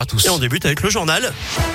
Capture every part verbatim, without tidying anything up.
tous. Et on débute avec le journal.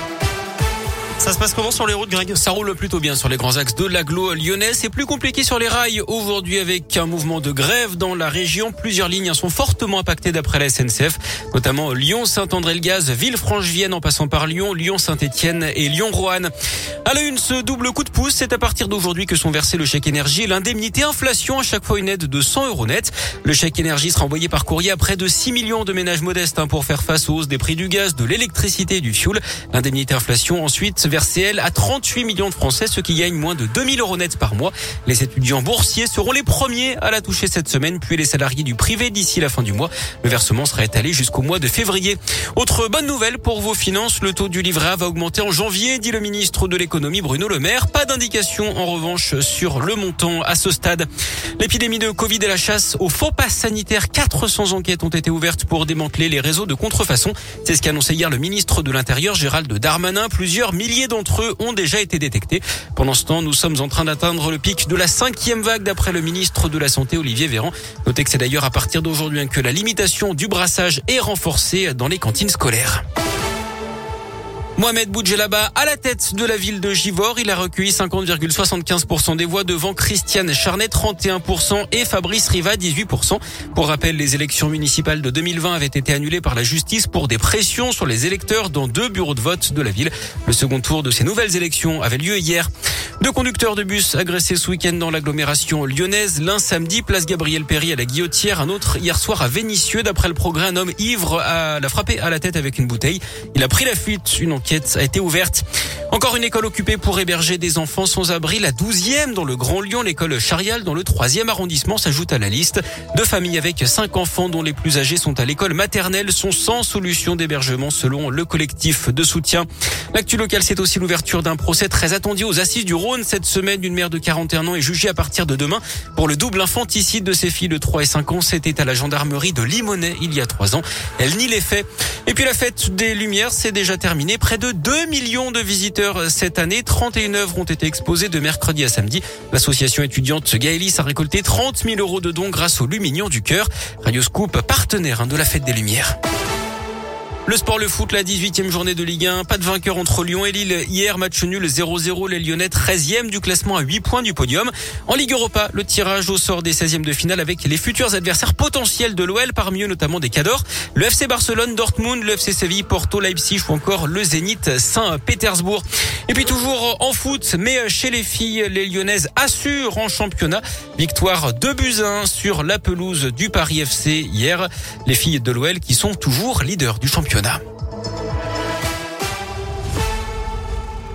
Ça se passe comment sur les routes, Greg? Ça roule plutôt bien sur les grands axes de l'agglo lyonnais. C'est plus compliqué sur les rails aujourd'hui avec un mouvement de grève dans la région. Plusieurs lignes sont fortement impactées d'après la S N C F, notamment Lyon-Saint-André-le-Gaz, Villefranche-Vienne en passant par Lyon, Lyon-Saint-Étienne et Lyon-Roanne. À la une, ce double coup de pouce, c'est à partir d'aujourd'hui que sont versés le chèque énergie et l'indemnité inflation, à chaque fois une aide de cent euros net. Le chèque énergie sera envoyé par courrier à près de six millions de ménages modestes hein, pour faire face aux hausses des prix du gaz, de l'électricité et du fioul. L'indemnité inflation ensuite versée, elle, à trente-huit millions de Français, ceux qui gagnent moins de deux mille euros net par mois. Les étudiants boursiers seront les premiers à la toucher cette semaine, puis les salariés du privé d'ici la fin du mois. Le versement sera étalé jusqu'au mois de février. Autre bonne nouvelle pour vos finances, le taux du livret A va augmenter en janvier, dit le ministre de l'économie Bruno Le Maire. Pas d'indication en revanche sur le montant à ce stade. L'épidémie de Covid et la chasse aux faux passes sanitaires, quatre cents enquêtes ont été ouvertes pour démanteler les réseaux de contrefaçon. C'est ce qu'a annoncé hier le ministre de l'Intérieur Gérald Darmanin. Plusieurs milliers d'entre eux ont déjà été détectés. Pendant ce temps, nous sommes en train d'atteindre le pic de la cinquième vague d'après le ministre de la Santé Olivier Véran. Notez que c'est d'ailleurs à partir d'aujourd'hui que la limitation du brassage est renforcée dans les cantines scolaires. Mohamed Boudjelaba à la tête de la ville de Givors. Il a recueilli cinquante virgule soixante-quinze pour cent des voix devant Christiane Charnet, trente et un pour cent, et Fabrice Riva, dix-huit pour cent. Pour rappel, les élections municipales de deux mille vingt avaient été annulées par la justice pour des pressions sur les électeurs dans deux bureaux de vote de la ville. Le second tour de ces nouvelles élections avait lieu hier. Deux conducteurs de bus agressés ce week-end dans l'agglomération lyonnaise. L'un samedi, place Gabriel-Péry à la Guillotière. Un autre hier soir à Vénissieux. D'après le Progrès, un homme ivre a, l'a frappé à la tête avec une bouteille. Il a pris la fuite. Une enquête a été ouverte. Encore une école occupée pour héberger des enfants sans abri. La douzième dans le Grand Lyon. L'école Charial dans le troisième arrondissement s'ajoute à la liste. Deux familles avec cinq enfants dont les plus âgés sont à l'école maternelle sont sans solution d'hébergement selon le collectif de soutien. L'actu locale, c'est aussi l'ouverture d'un procès très attendu aux assises du Rhône. Cette semaine, une mère de quarante et un ans est jugée à partir de demain pour le double infanticide de ses filles de trois et cinq ans. C'était à la gendarmerie de Limonest il y a trois ans. Elle nie les faits. Et puis la fête des Lumières, c'est déjà terminé. Près de deux millions de visiteurs cette année. trente et une œuvres ont été exposées de mercredi à samedi. L'association étudiante Gaëlis a récolté trente mille euros de dons grâce au Lumignon du Cœur. Radio Scoop, partenaire de la fête des Lumières. Le sport, le foot, la dix-huitième journée de Ligue un. Pas de vainqueur entre Lyon et Lille. Hier, match nul zéro zéro. Les Lyonnais treizième du classement à huit points du podium. En Ligue Europa, le tirage au sort des seizièmes de finale avec les futurs adversaires potentiels de l'O L, parmi eux notamment des Cadors. Le F C Barcelone, Dortmund, le F C Séville, Porto, Leipzig ou encore le Zénith Saint-Pétersbourg. Et puis toujours en foot, mais chez les filles, les Lyonnaises assurent en championnat. Victoire deux buts à un sur la pelouse du Paris F C hier. Les filles de l'O L qui sont toujours leaders du championnat.